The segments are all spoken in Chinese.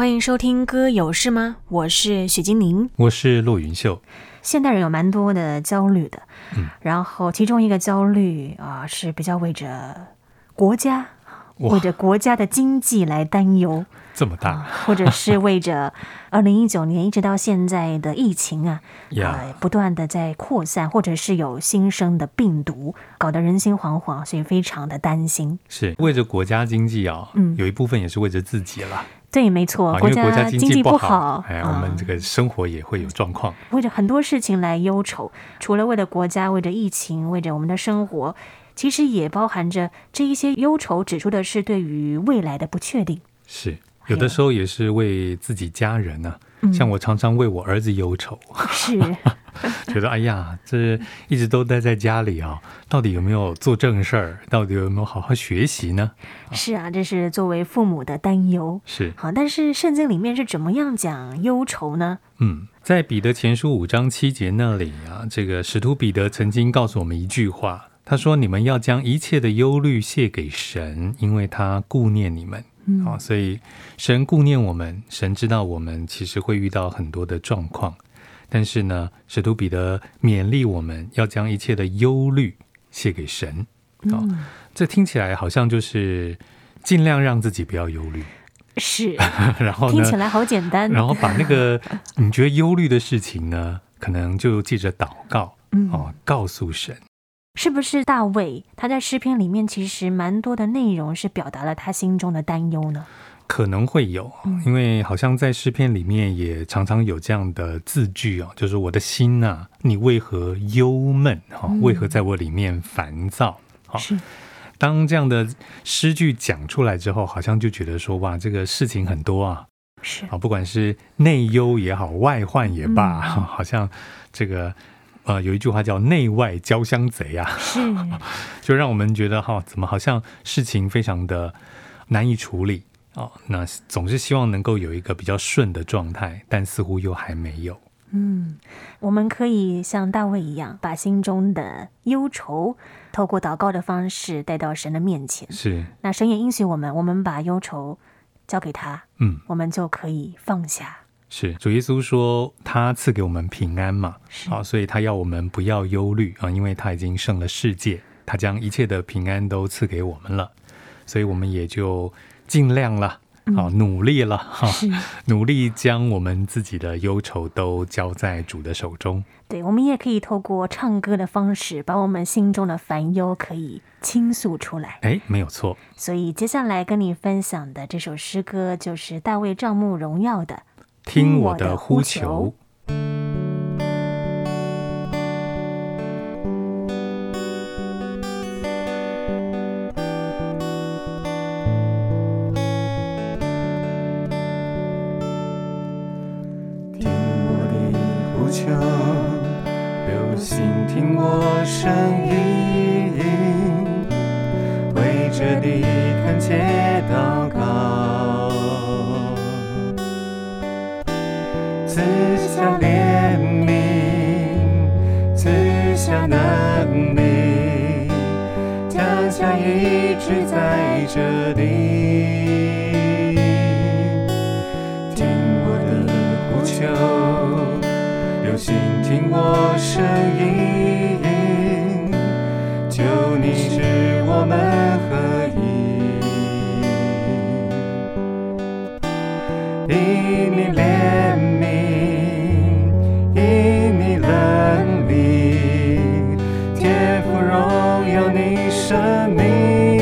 欢迎收听歌有事吗？我是许金玲， 我是骆云秀。 现代人有蛮多的焦虑的，然后其中一个焦虑是比较为着国家，为着国家的经济来担忧， 这么大， 或者是为着2019年一直到现在的疫情不断的在扩散，或者是有新生的病毒，搞得人心惶惶，所以非常的担心。 是为着国家经济有一部分也是为着自己啦。 对，没错， 因为国家经济不好， 我们这个生活也会有状况。 为着很多事情来忧愁，除了为了国家，为着疫情，为着我们的生活，其实也包含着这一些忧愁，指出的是对于未来的不确定。 是，有的时候也是为自己家人像我常常为我儿子忧愁， 是觉得哎呀，这一直都待在家里到底有没有做正事儿？到底有没有好好学习呢？ 是啊，这是作为父母的担忧。 是好，但是圣经里面是怎么样讲忧愁呢？ 在彼得前书5章7节那里这个使徒彼得曾经告诉我们一句话，他说：“你们要将一切的忧虑卸给神，因为他顾念你们。”所以神顾念我们，神知道我们其实会遇到很多的状况，但是呢，使徒彼得勉励我们要将一切的忧虑卸给神。这听起来好像就是尽量让自己不要忧虑， 是然后呢， 听起来好简单， 然后把那个你觉得忧虑的事情呢，可能就借着祷告告诉神。 是不是大卫他在诗篇里面其实蛮多的内容是表达了他心中的担忧呢？ 可能会有，因为好像在诗篇里面也常常有这样的字句就是我的心你为何忧闷为何在我里面烦躁是。 当这样的诗句讲出来之后，好像就觉得说哇，这个事情很多是不管是内忧也好，外患也罢好像这个有一句话叫内外交相贼是就让我们觉得怎么好像事情非常的难以处理那总是希望能够有一个比较顺的状态，但似乎又还没有。 我们可以像大卫一样，把心中的忧愁透过祷告的方式带到神的面前。 是， 那神也应许我们把忧愁交给他，我们就可以放下。 是，主耶稣说他赐给我们平安嘛，所以他要我们不要忧虑因为他已经胜了世界，他将一切的平安都赐给我们了，所以我们也就尽量了努力了努力将我们自己的忧愁都交在主的手中。 对，我们也可以透过唱歌的方式，把我们心中的烦忧可以倾诉出来。 没有错。所以接下来跟你分享的这首诗歌就是大卫帐幕荣耀的听我的呼求。 留心听我声音，为着你恳切祷告，赐下怜悯，赐下能力，加强医治在这里。听我的呼求，留心听我声音，求你使我们合一，因你怜悯，因你能力，天父荣耀你生命，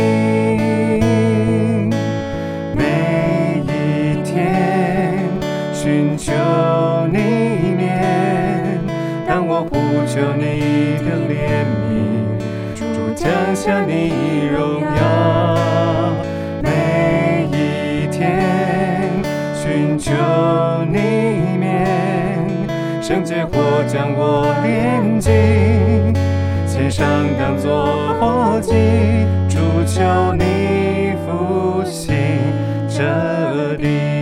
每一天寻求你面，当我呼求你的怜悯，主降下你荣耀，每一天寻求你面，圣洁火将我炼净，献上当作火祭，主求你复兴这地。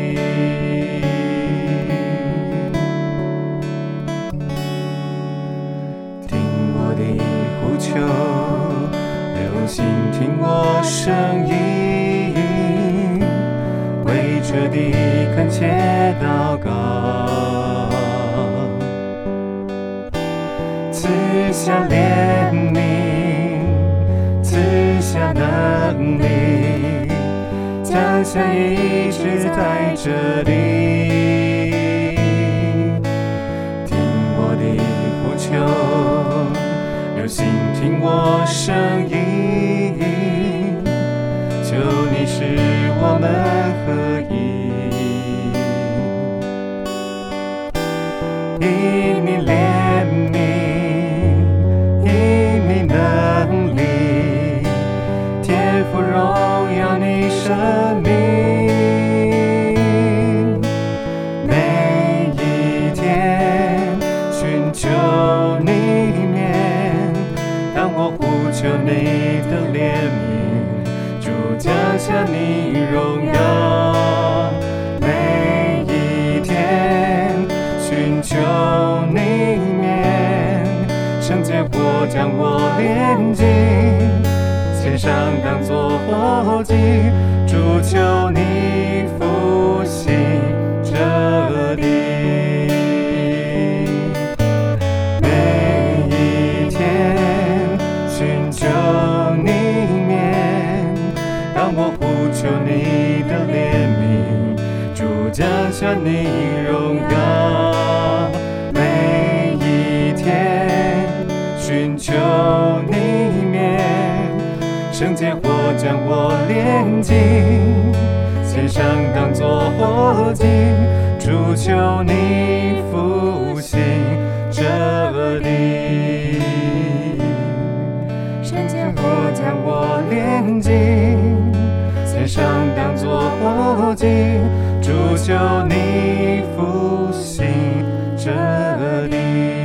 留心听我声音，为着你恳祷告，赐下怜悯，赐下能力，降下医治在这里，听我的呼求，留心听我声音，求你使我们合一，因你怜悯，因你能力，天父荣耀你生命，每一天寻求你面，当我呼求你的怜悯，主降下你荣耀，每一天寻求你面，圣洁火将我炼净，献上当作火祭，主求你复兴这地，每一天寻求你面，当我呼求你的怜悯，主降下你荣耀，每一天寻求你面，圣洁火将我炼净，献上当作火祭，主求你复兴这地，圣洁火将我炼净，献上当作火祭，主求你复兴这地。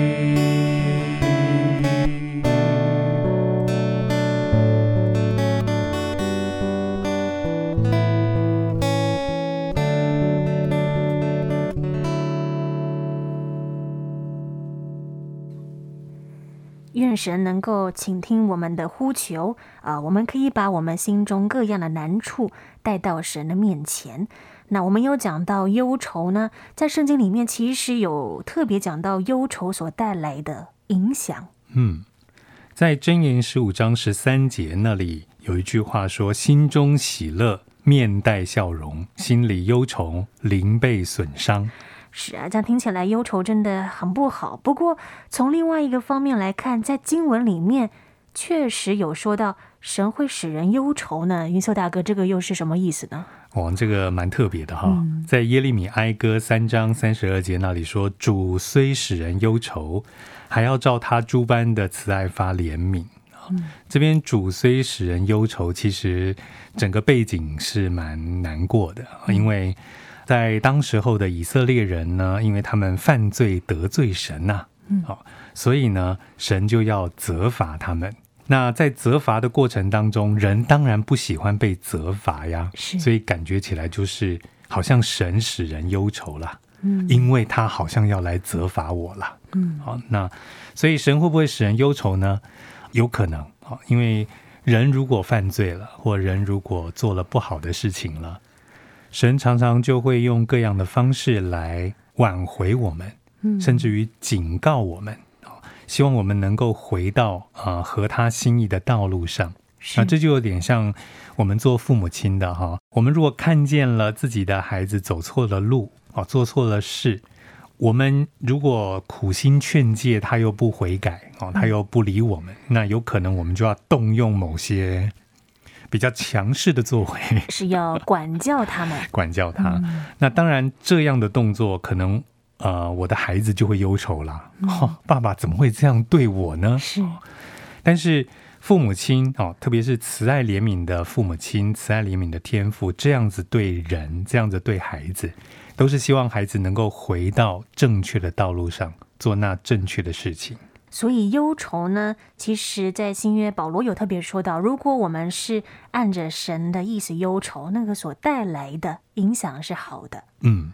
愿神能够倾听我们的呼求我们可以把我们心中各样的难处带到神的面前。那我们有讲到忧愁呢，在圣经里面其实有特别讲到忧愁所带来的影响。 在箴言15章13节那里有一句话说，心中喜乐，面带笑容，心里忧愁，灵被损伤。 是啊，这样听起来忧愁真的很不好。不过从另外一个方面来看，在经文里面确实有说到神会使人忧愁呢。云秀大哥，这个又是什么意思呢？ 这个蛮特别的哈。在耶利米哀歌3章32节那里说，主虽使人忧愁，还要照他诸般的慈爱发怜悯。这边主虽使人忧愁，其实整个背景是蛮难过的，因为在当时候的以色列人呢，因为他们犯罪得罪神所以呢神就要责罚他们。那在责罚的过程当中，人当然不喜欢被责罚呀，所以感觉起来就是好像神使人忧愁了，因为他好像要来责罚我了。那所以神会不会使人忧愁呢？有可能，因为人如果犯罪了，或人如果做了不好的事情了，神常常就会用各样的方式来挽回我们，甚至于警告我们，希望我们能够回到合他心意的道路上。这就有点像我们做父母亲的我们如果看见了自己的孩子走错了路，做错了事，我们如果苦心劝诫他又不悔改，他又不理我们，那有可能我们就要动用某些比较强势的作为， 是要管教他们管教他。那当然这样的动作可能我的孩子就会忧愁啦，爸爸怎么会这样对我呢？但是父母亲特别是慈爱怜悯的父母亲，慈爱怜悯的天父，这样子对人，这样子对孩子，都是希望孩子能够回到正确的道路上，做那正确的事情。 所以忧愁呢，其实在新约保罗有特别说到，如果我们是按着神的意思忧愁，那个所带来的影响是好的。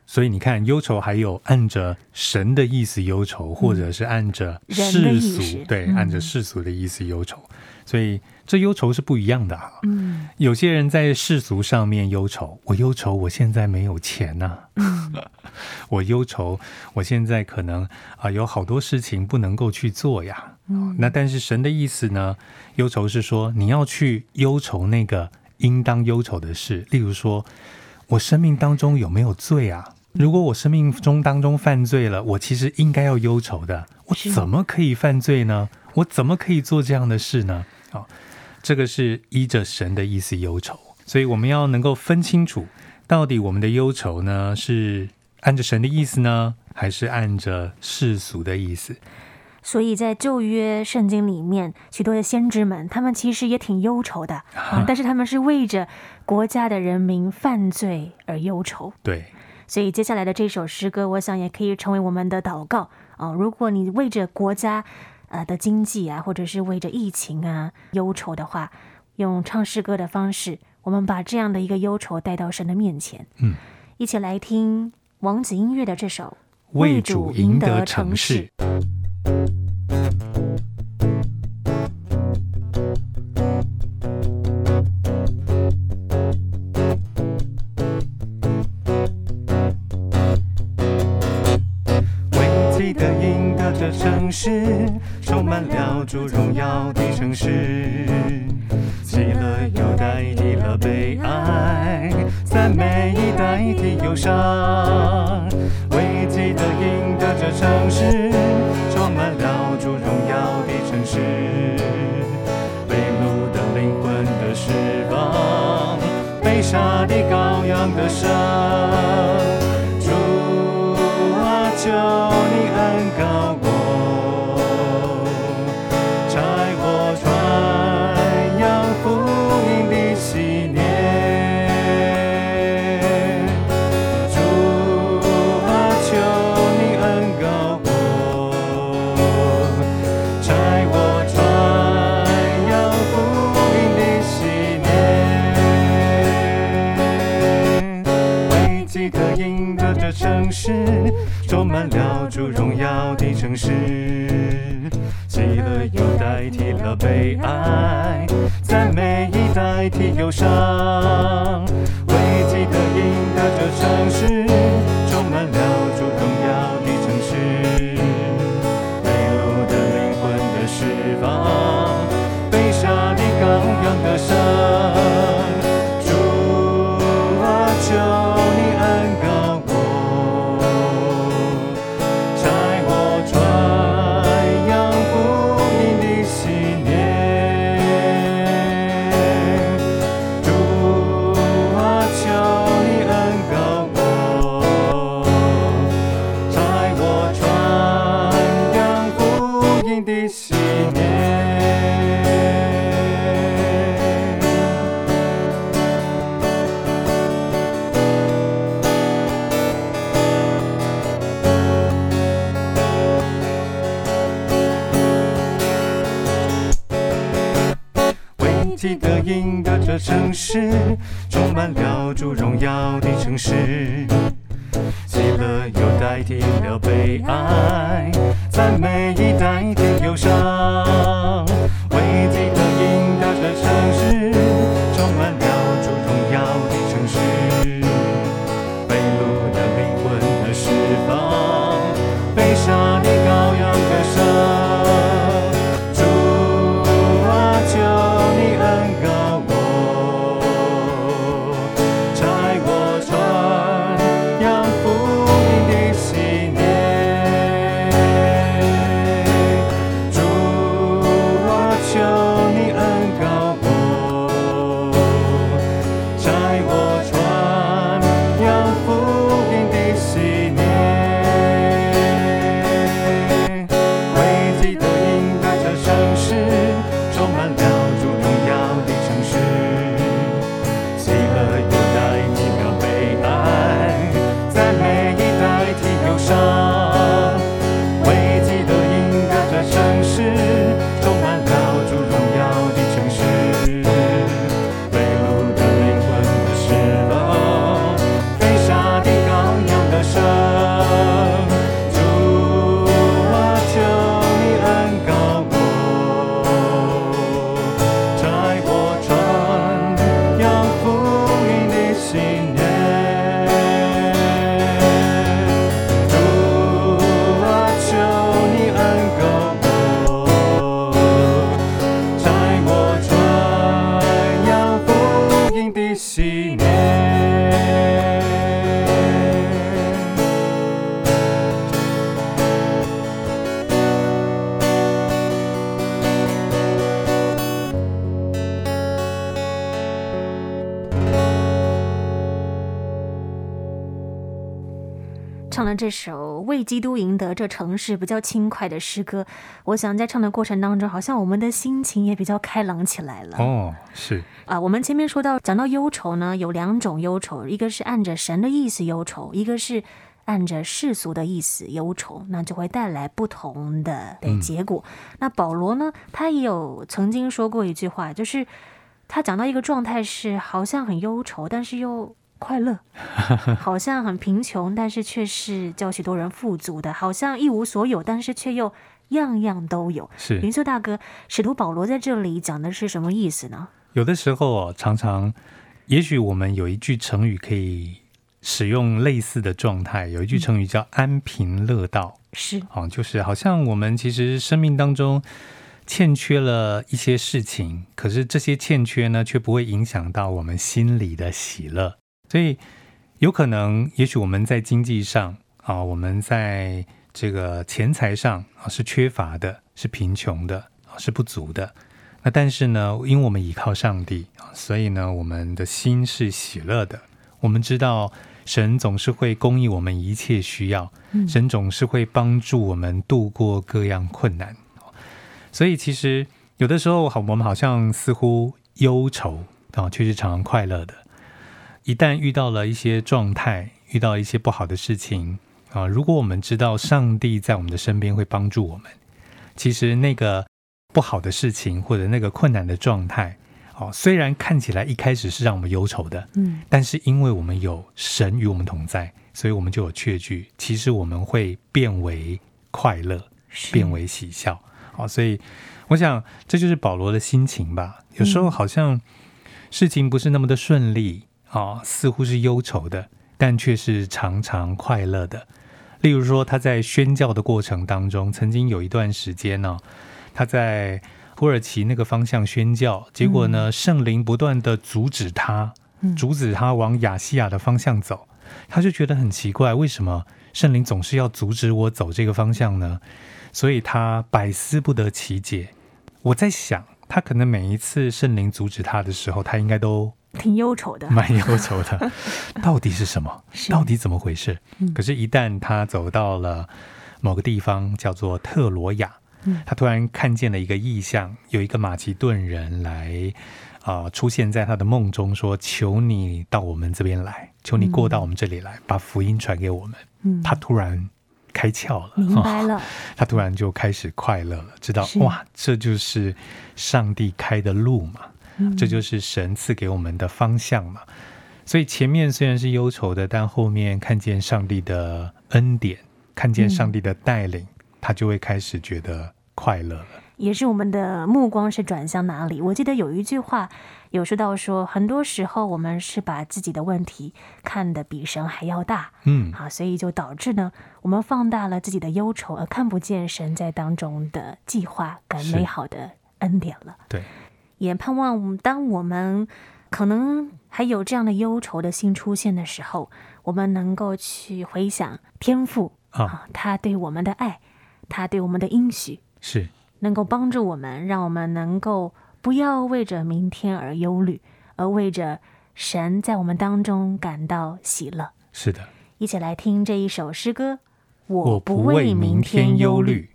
所以你看，忧愁还有按着神的意思忧愁，或者是按着世俗，对，按着世俗的意思忧愁。所以这忧愁是不一样的啊。有些人在世俗上面忧愁，我忧愁我现在没有钱啊，我忧愁我现在可能有好多事情不能够去做呀。那但是神的意思呢，忧愁是说你要去忧愁那个应当忧愁的事，例如说我生命当中有没有罪啊？如果我生命当中犯罪了，我其实应该要忧愁的。我怎么可以犯罪呢？我怎么可以做这样的事呢？这个是依着神的意思忧愁。所以我们要能够分清楚，到底我们的忧愁呢，是按着神的意思呢，还是按着世俗的意思？ 所以在旧约圣经里面，许多的先知们，他们其实也挺忧愁的，但是他们是为着国家的人民犯罪而忧愁。 对。 所以接下来的这首诗歌，我想也可以成为我们的祷告。如果你为着国家的经济啊，或者是为着疫情啊忧愁的话，用唱诗歌的方式，我们把这样的一个忧愁带到神的面前。一起来听王子音乐的这首《 为主赢得城市》。 城市充满了主荣耀的城市，喜乐又代替了悲哀，赞美已代替忧伤。危机的赢得这城市，充满了主荣耀的城市，被掳的灵魂的释放，被杀的羔羊的生。主啊，求你恩膏我，城市充满了主荣耀的城市，喜乐又代替了悲哀，赞美已代替忧伤。危机的赢得这城市，充满了主荣耀的城市，被掳的灵魂的释放，被杀的羔羊的生。主啊，求你恩膏我，记得赢得这城市，充满了主荣耀的城市，喜乐又代替了悲哀，赞美已代替忧伤。危机的赢得这城市，充满了主荣耀的城市，被掳的灵魂的释放，被杀的羔羊的生。主啊， 唱了这首为基督赢得这城市比较轻快的诗歌，我想在唱的过程当中，好像我们的心情也比较开朗起来了。 哦，是我们前面讲到忧愁呢，有2种忧愁，一个是按着神的意思忧愁，一个是按着世俗的意思忧愁，那就会带来不同的结果。那保罗呢，他也有曾经说过一句话，就是他讲到一个状态是好像很忧愁，但是又快乐，好像很贫穷，但是却是叫许多人富足的，好像一无所有，但是却又样样都有。 是， 云秀大哥，使徒保罗在这里讲的是什么意思呢？ 有的时候常常也许我们有一句成语可以使用类似的状态，有一句成语叫安贫乐道。 是， 就是好像我们其实生命当中欠缺了一些事情，可是这些欠缺呢，却不会影响到我们心里的喜乐。所以有可能也许我们在经济上我们在这个钱财上是缺乏的，是贫穷的，是不足的。那但是呢，因为我们依靠上帝，所以呢，我们的心是喜乐的。我们知道神总是会供应我们一切需要，神总是会帮助我们度过各样困难。所以其实有的时候我们好像似乎忧愁却是常常快乐的。一旦遇到了一些状态，遇到一些不好的事情如果我们知道上帝在我们的身边会帮助我们，其实那个不好的事情或者那个困难的状态虽然看起来一开始是让我们忧愁的，但是因为我们有神与我们同在，所以我们就有确据，其实我们会变为快乐，变为喜笑所以我想这就是保罗的心情吧。有时候好像事情不是那么的顺利似乎是忧愁的，但却是常常快乐的。例如说他在宣教的过程当中，曾经有一段时间他在土耳其那个方向宣教，结果呢圣灵不断的阻止他往亚细亚的方向走，他就觉得很奇怪，为什么圣灵总是要阻止我走这个方向呢？所以他百思不得其解。我在想他可能每一次圣灵阻止他的时候，他应该都挺忧愁的， 蛮忧愁的到底是什么？到底怎么回事？可是一旦他走到了某个地方叫做特罗亚，他突然看见了一个异象，有一个马其顿人来出现在他的梦中，说求你到我们这边来，求你过到我们这里来，把福音传给我们。他突然开窍了， 明白了他突然就开始快乐了，知道哇，这就是上帝开的路嘛，这就是神赐给我们的方向嘛。所以前面虽然是忧愁的，但后面看见上帝的恩典，看见上帝的带领，他就会开始觉得快乐了。 也是我们的目光是转向哪里。我记得有一句话有说到说，很多时候我们是把自己的问题看得比神还要大，所以就导致呢，我们放大了自己的忧愁，而看不见神在当中的计划跟美好的恩典了。 对， 也盼望当我们可能还有这样的忧愁的心出现的时候，我们能够去回想天父他对我们的爱，他对我们的应许， 是能够帮助我们，让我们能够不要为着明天而忧虑，而为着神在我们当中感到喜乐。 是的， 一起来听这一首诗歌， 我不为明天忧虑。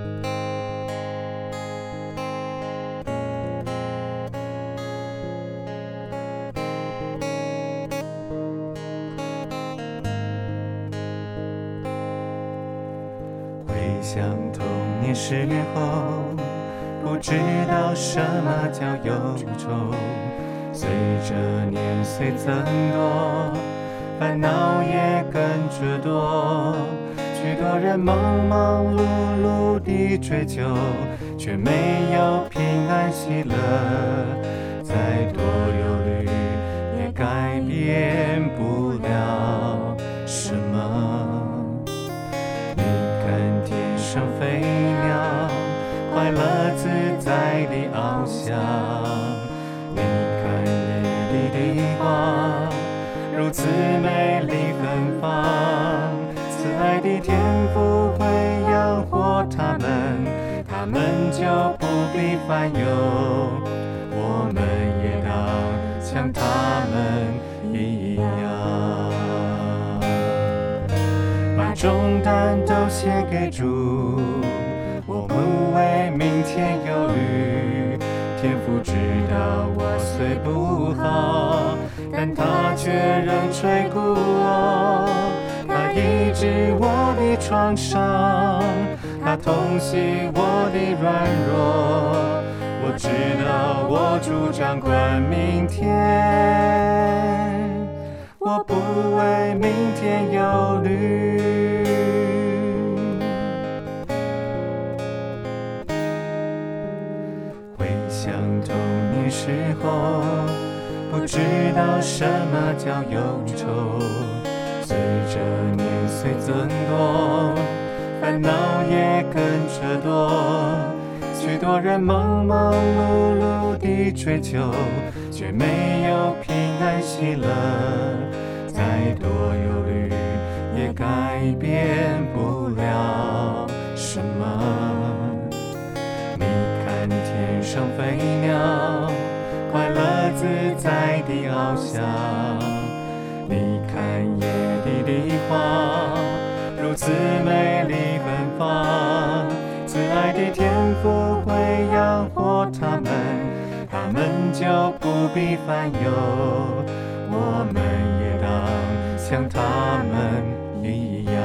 回想童年10年后，不知道什么叫忧愁，随着年岁增多，烦恼也跟着多，许多人忙忙碌碌地追求，却没有平安喜乐，再多忧虑也改变不了什么。你看天上飞鸟，快乐自在地翱翔，你看夜里的花，如此美丽芬芳，慈爱的天父会养活他们，他们就不必烦忧，我们也当像他们一样，把重担都卸给主，我不为明天忧虑。天父知道我虽不好，但他却仍垂顾我。他医治我的创伤，他痛惜我的软弱。我知道我主掌管明天，我不为明天忧虑。回想童年时候，不知道什么叫忧愁，随着年岁增多，烦恼也跟着多。许多人忙忙碌碌地追求，却没有平安喜乐。再多忧虑也改变不了什么。你看天上飞鸟，快乐自在地翱翔；你看野地的花，如此美丽芬芳。慈爱的天父会养活他们，他们就不必烦忧。我们也当像他们一样，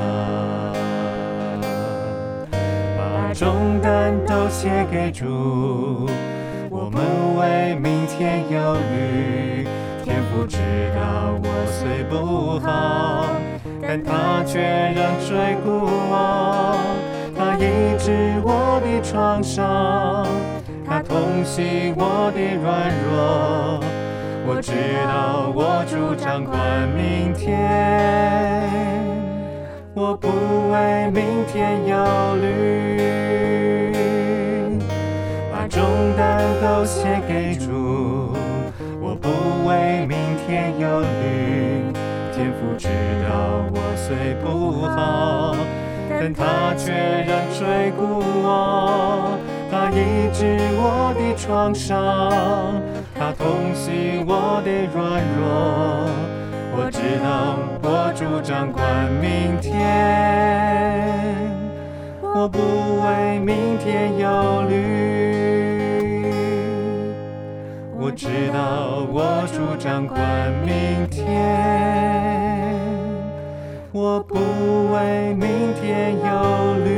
把重担都卸给主，我们为明天忧虑。天父知道我虽不好，但他却仍垂顾我。他医治我的创伤，他痛惜我的软弱。我知道我主掌管明天，我不为明天忧虑。把重担都卸给主，我不为明天忧虑。天父知道我虽不好，但他却仍垂顾我。他医治我的创伤，他痛惜我的软弱。我知道我主掌管明天，我不为明天忧虑。我知道我主掌管明天，我不为明天忧虑。